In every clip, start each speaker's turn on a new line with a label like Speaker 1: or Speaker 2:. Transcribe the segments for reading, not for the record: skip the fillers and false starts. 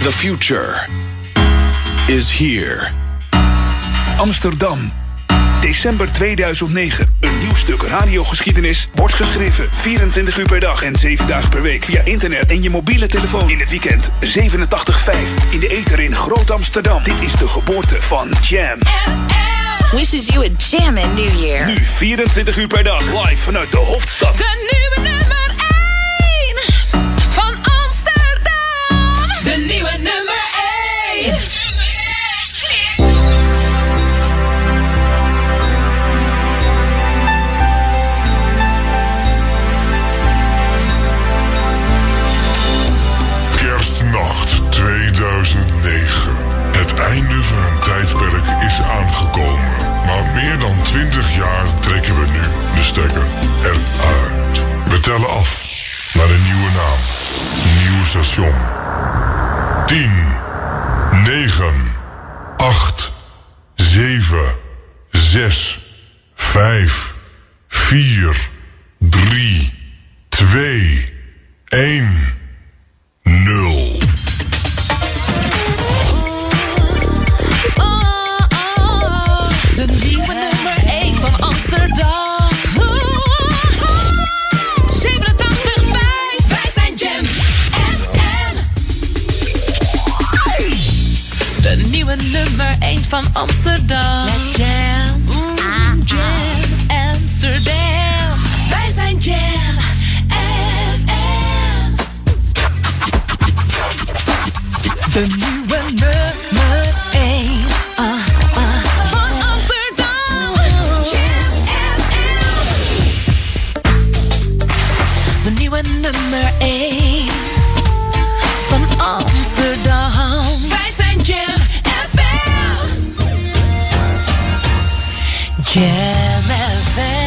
Speaker 1: The future is here. Amsterdam. December 2009. Een nieuw stuk radiogeschiedenis wordt geschreven. 24 uur per dag en 7 dagen per week. Via internet en je mobiele telefoon. In het weekend 87.5. In de ether in Groot Amsterdam. Dit is de geboorte van Jam.
Speaker 2: Wishes you a jammin' New Year.
Speaker 1: Nu 24 uur per dag live vanuit de Hoofdstad.
Speaker 2: De nieuwe nummer 1 van Amsterdam. De nieuwe nummer 1.
Speaker 3: Kerstnacht 2009. Het einde van een tijdperk is aangekomen. Maar meer dan 20 jaar trekken we nu de stekker eruit. We tellen af naar een nieuwe naam. Nieuw station. 10, 9, 8, 7, 6, 5, 4, 3, 2, 1... 0.
Speaker 2: De nieuwe nummer 1 van Amsterdam. 87.5. Wij zijn Jam FM. De nieuwe nummer 1 van Amsterdam. Let's jam. Jam Amsterdam. Wij zijn Jam. De nieuwe nummer 1 van Amsterdam. Jam FM. De nieuwe nummer 1 van Amsterdam. Wij zijn Jam FM. Jam FM.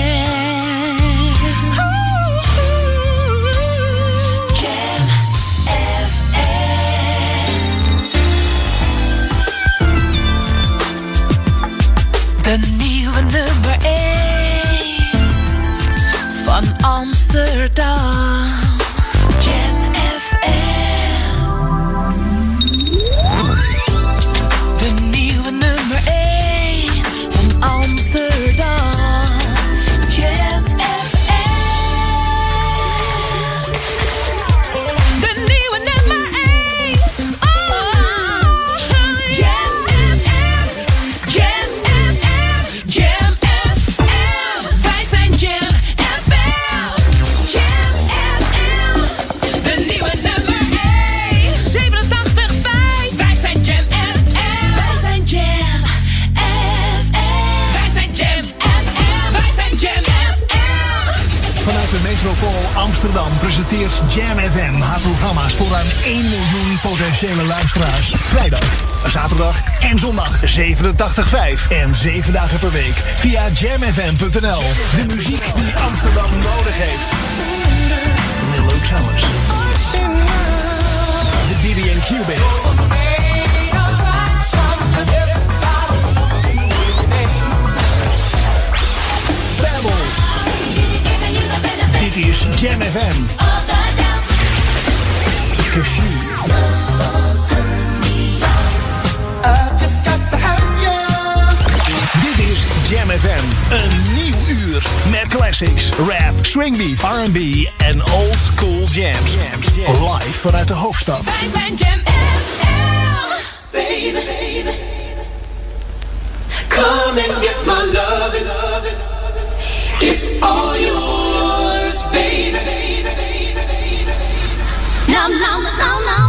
Speaker 2: De nieuwe nummer 1 van Amsterdam. Jam FM. De nieuwe nummer 1 van Amsterdam. Jam FM. De nieuwe nummer 1. Oh, Jam FM. Jam FM. Jam FM, wij zijn Jam FM. Jam FM, de nieuwe nummer 1. 87.5, wij zijn Jam FM. Wij zijn Jam FM. Wij zijn Jam FM. Wij zijn Jam FM.
Speaker 4: Vanuit de metropool Amsterdam presenteert Jam FM haar programma's voor ruim 1 miljoen potentiële luisteraars. Vrijdag, zaterdag en zondag 87.5 en 7 dagen per week via jamfm.nl. De muziek die Amsterdam nodig heeft. Lil Luke Summers. De BB&Q Band. Pebbles. Dit is Jam FM. Cashew. Dit is Jam FM. Een nieuw uur met classics, rap, swingbeat, R&B en old school jams. Live vanuit de Hoofdstad.
Speaker 2: Wij zijn Jam FM. Baby.
Speaker 5: Come and get my loving. It's all yours, baby.
Speaker 2: No, no, no, no.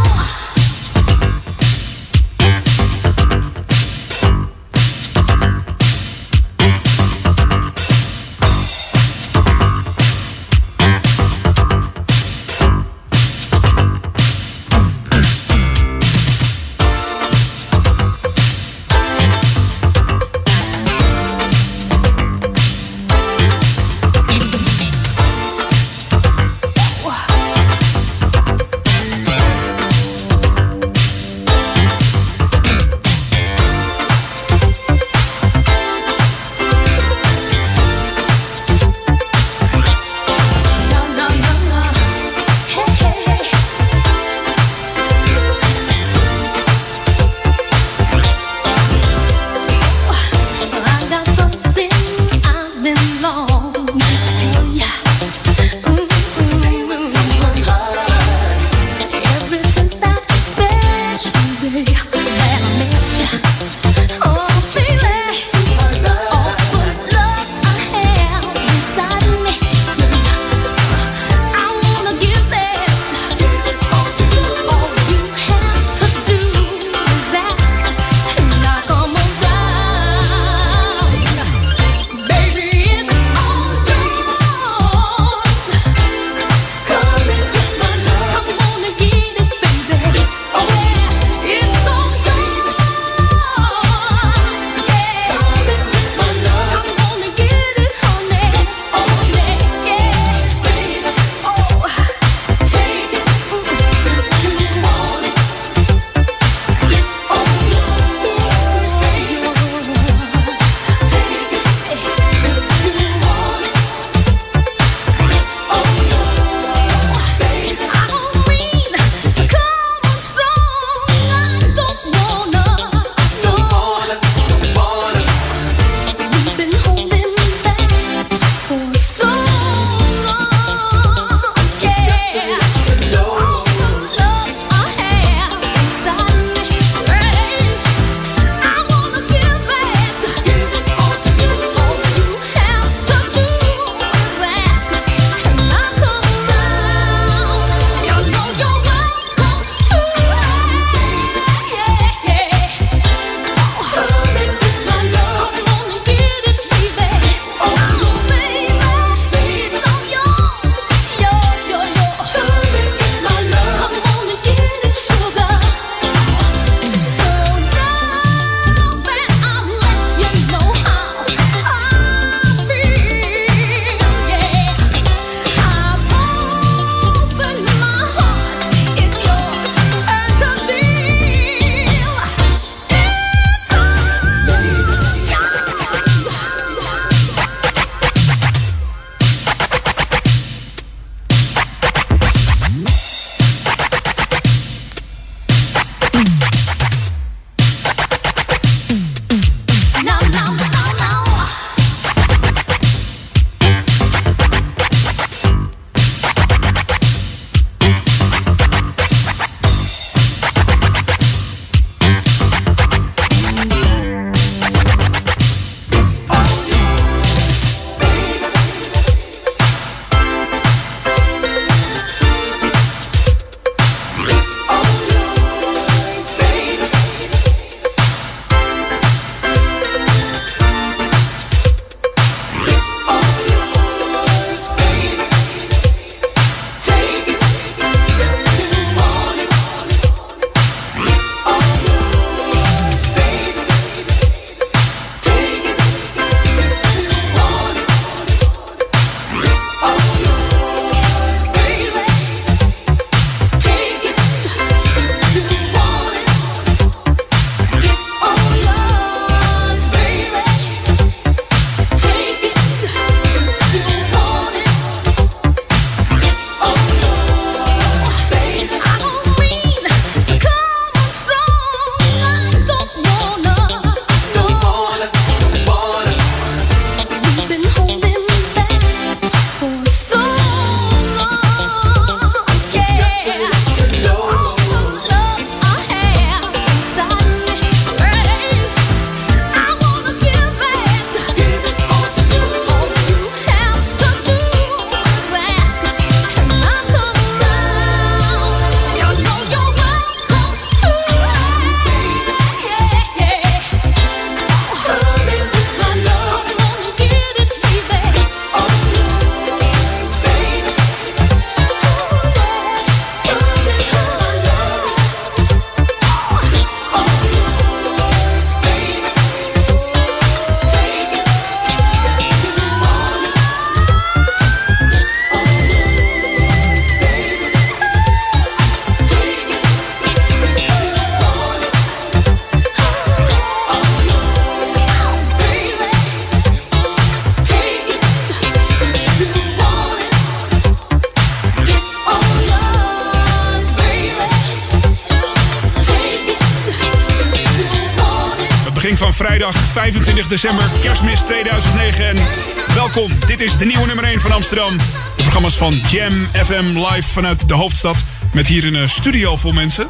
Speaker 1: van vrijdag 25 december, kerstmis 2009. En welkom, dit is de nieuwe nummer 1 van Amsterdam. De programma's van Jam FM live vanuit de hoofdstad. Met hier een studio vol mensen.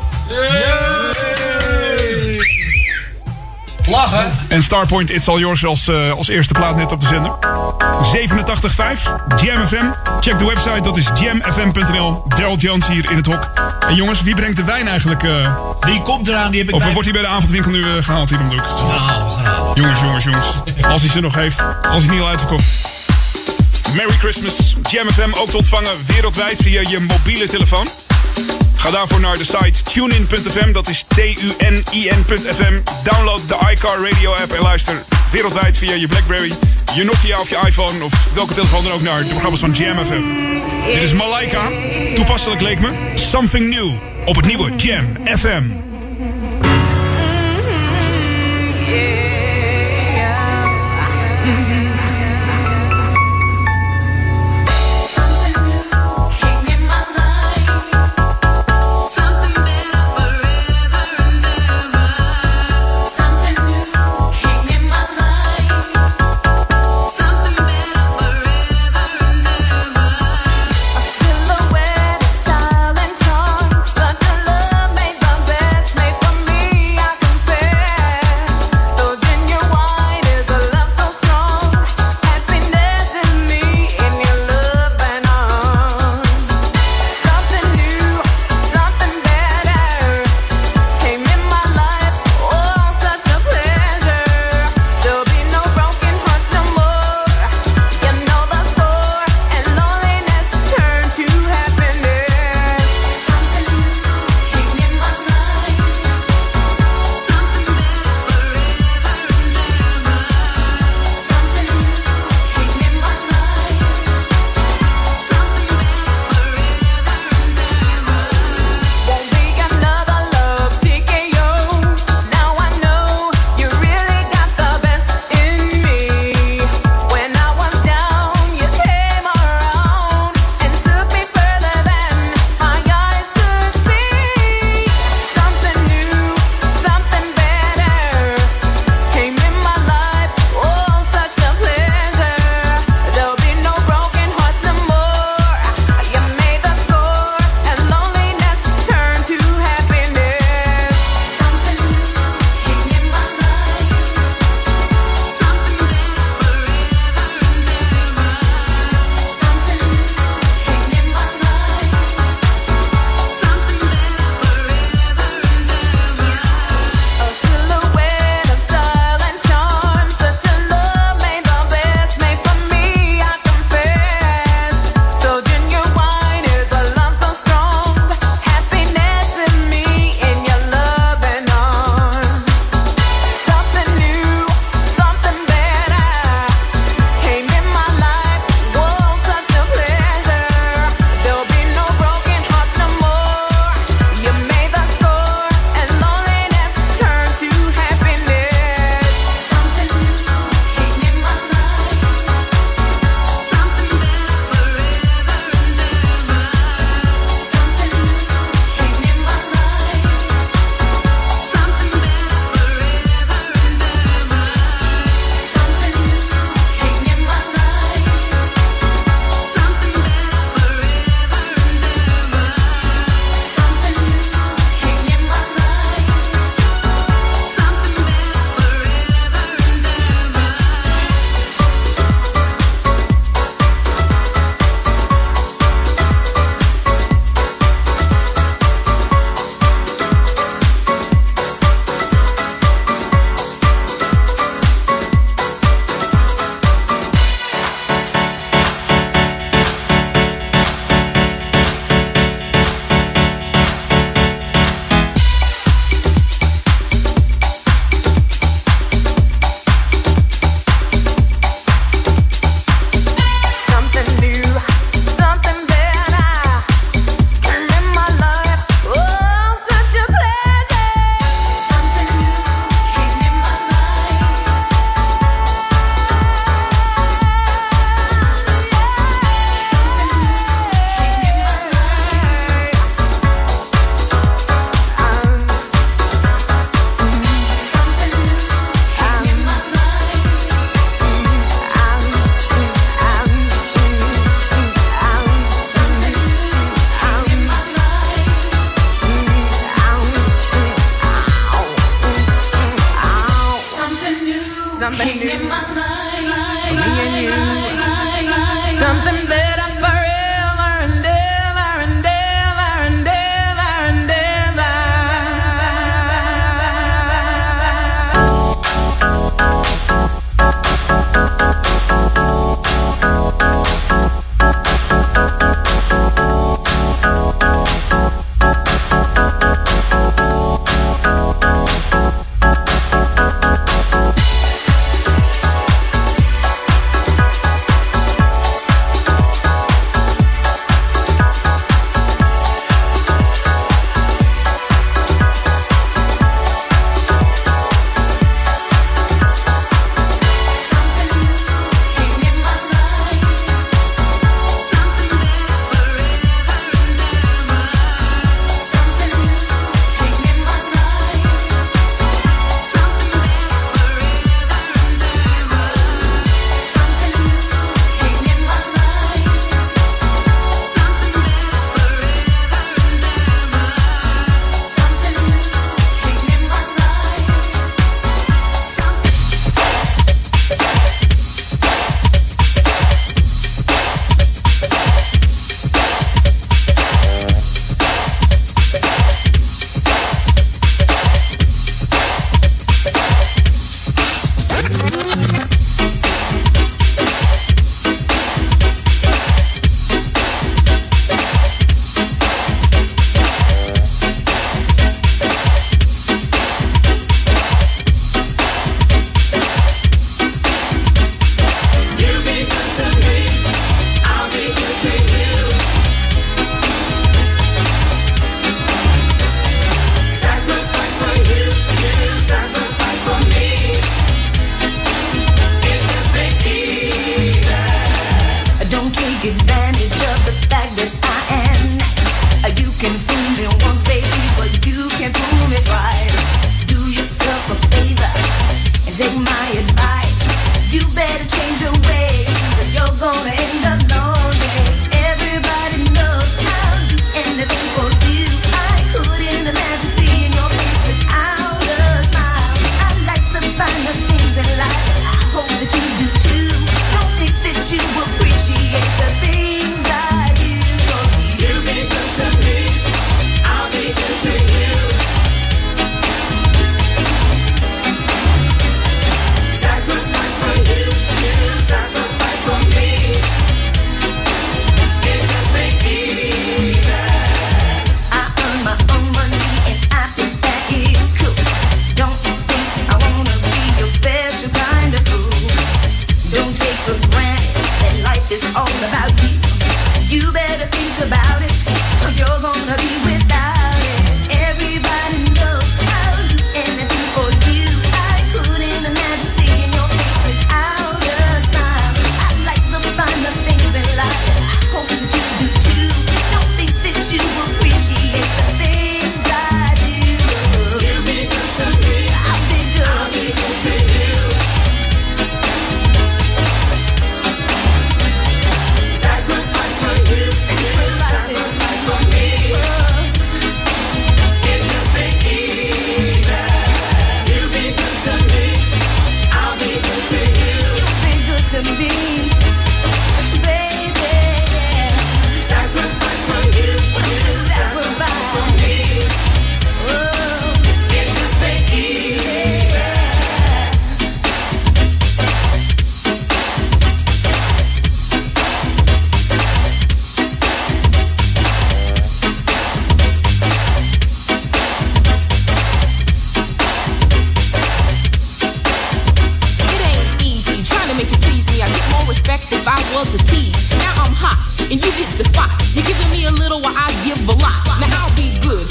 Speaker 6: Lachen.
Speaker 1: En Starpoint It's All Yours als eerste plaat net op de zender. 87.5, Jam FM. Check de website, dat is jamfm.nl. Daryl Jones hier in het hok. En jongens, wie brengt de wijn eigenlijk?
Speaker 6: Die komt eraan, die heb ik
Speaker 1: Of
Speaker 6: bij...
Speaker 1: wordt hij bij de avondwinkel nu gehaald hier om de hoek?
Speaker 6: Nou.
Speaker 1: Jongens. Als hij ze nog heeft. Als hij niet al uitverkocht. Merry Christmas. Jam FM ook te ontvangen wereldwijd via je mobiele telefoon. Ga daarvoor naar de site tunein.fm, dat is tunin.fm. Download de iCar Radio app en luister wereldwijd via je Blackberry, je Nokia of je iPhone of welke telefoon dan ook naar de programma's van Jam FM. Dit is Malaika, toepasselijk leek me, Something New op het nieuwe Jam FM.
Speaker 2: Silhouette, style and charm, but your love made the best.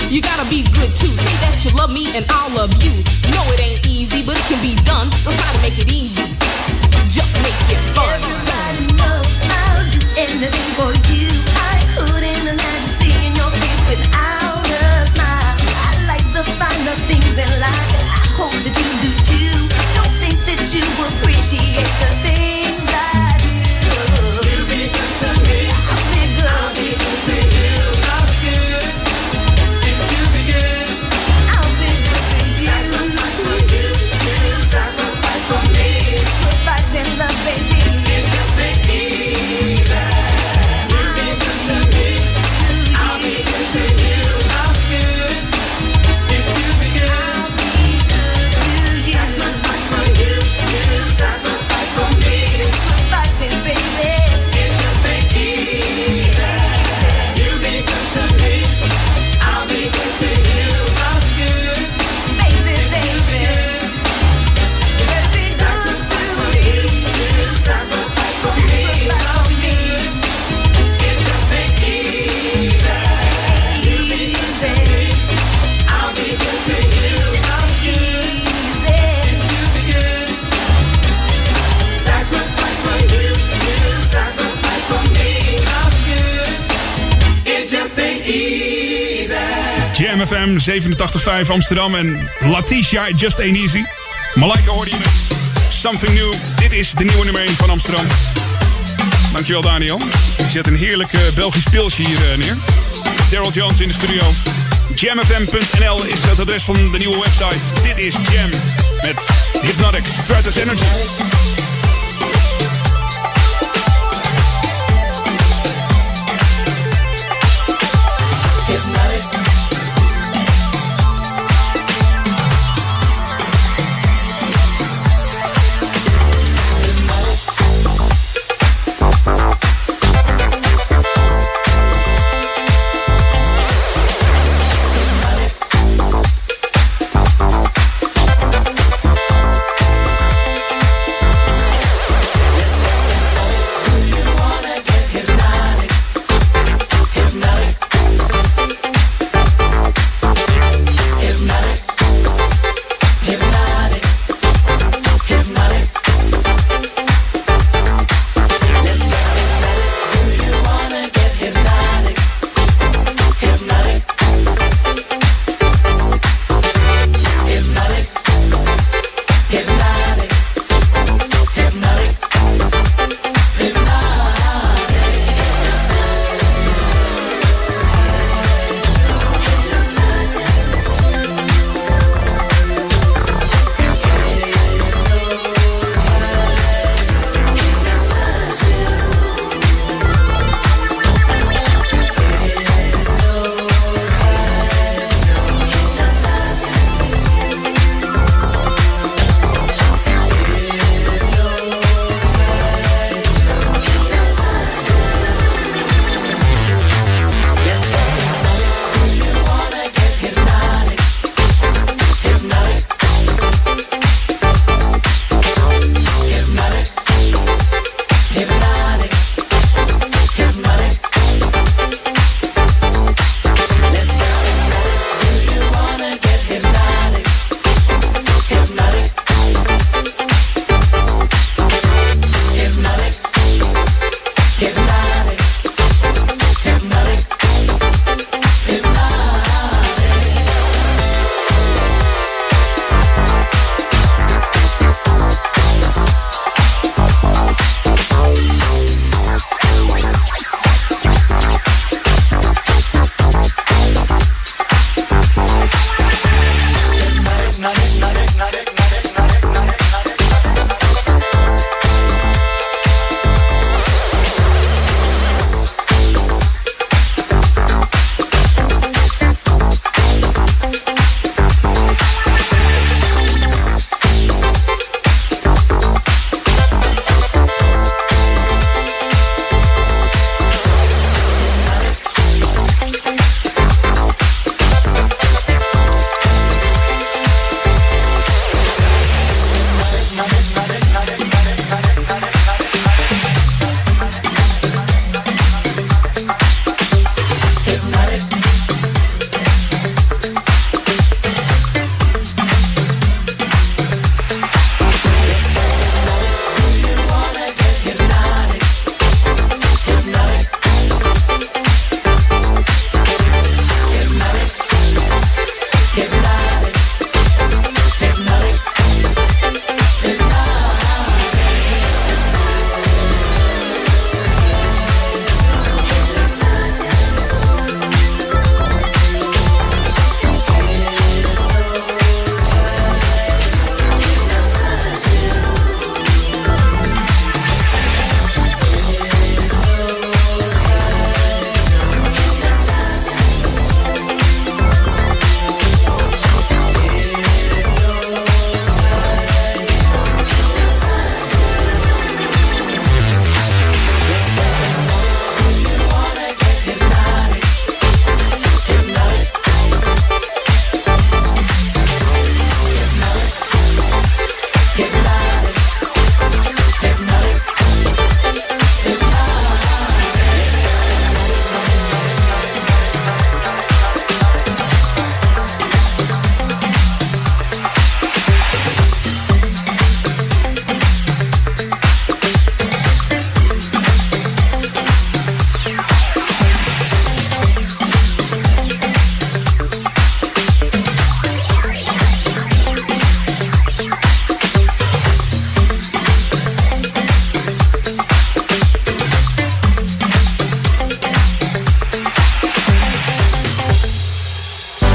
Speaker 2: You gotta be good too. Say that you love me and I'll love you. No, it ain't easy, but it can be done. Don't try to make it easy. Just make it fun.
Speaker 7: Everybody knows I'll do anything for you. I couldn't imagine seeing your face without a smile. I like the finer things in life, and I hope that you do too. Don't think that you appreciate the things I do. You be good to me. I'll be good. I'll be good to you. I'll be good. If you be good, I'll be good to you. Sacrifice for you. Sacrifice for me. Sacrifice and love, baby. It just ain't easy. You be good to me. I'll be good to you. I'll be good. If you be good, I'll be good to you. Sacrifice for you. Sacrifice for me. Sacrifice it, baby. It just ain't easy. You be good to me. I'll be good to you. I'll be good. Baby, baby. You better be good to me. Sacrifice for me. I'll be good. It just ain't easy. You be good to me. I'll be good to you. I'll be good. You be good. Sacrifice for you. Sacrifice for me. I'll be good. It just ain't easy.
Speaker 1: Jam FM 87.5 Amsterdam en Latisha, Just Ain't Easy. Malaika hoorde je met Something New. Dit is de nieuwe nummer 1 van Amsterdam. Dankjewel Daniel. Je zet een heerlijk Belgisch pilsje hier neer. Daryl Jones in de studio. Jamfm.nl is het adres van de nieuwe website. Dit is Jam met Hypnotic Stratus Energy.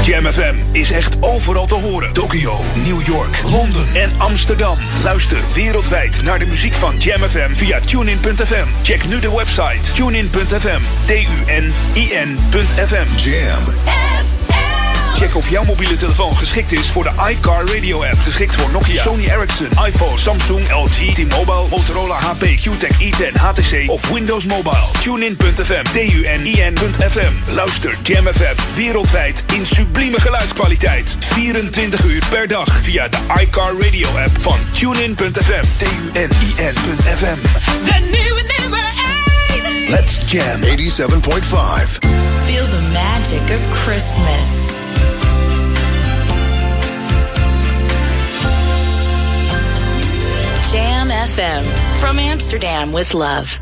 Speaker 1: Jam FM is echt overal te horen. Tokio, New York, Londen en Amsterdam. Luister wereldwijd naar de muziek van Jam FM via TuneIn.fm. Check nu de website TuneIn.fm. TUNIN.fm.
Speaker 3: Jam.
Speaker 1: Check of jouw mobiele telefoon geschikt is voor de iCar Radio app. Geschikt voor Nokia, Sony Ericsson, iPhone, Samsung, LG, T-Mobile, Motorola, HP, QTech, E10, HTC of Windows Mobile. TuneIn.fm, TUNIN.fm. Luister Jam FM wereldwijd in sublieme geluidskwaliteit. 24 uur per dag via de iCar Radio app van TuneIn.fm, TUNIN.fm.
Speaker 2: The new and never end.
Speaker 1: Let's jam.
Speaker 3: 87.5.
Speaker 8: Feel the magic of Christmas. Jam FM from Amsterdam with love.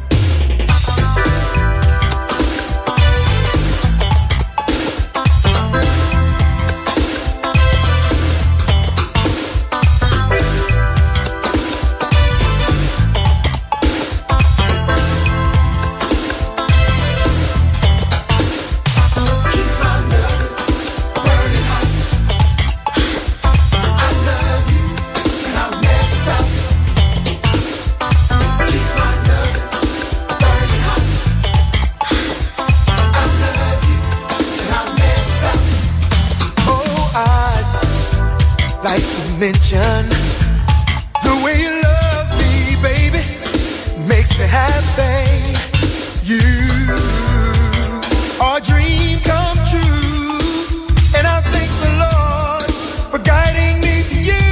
Speaker 9: Mention the way you love me, baby, makes me happy. You are a dream come true, and I thank the Lord for guiding me to you.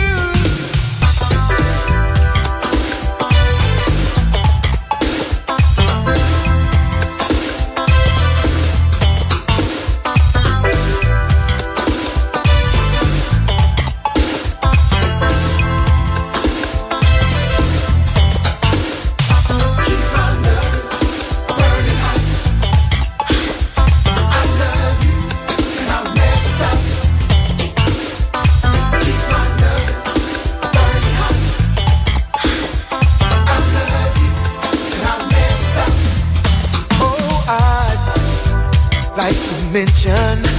Speaker 9: Mention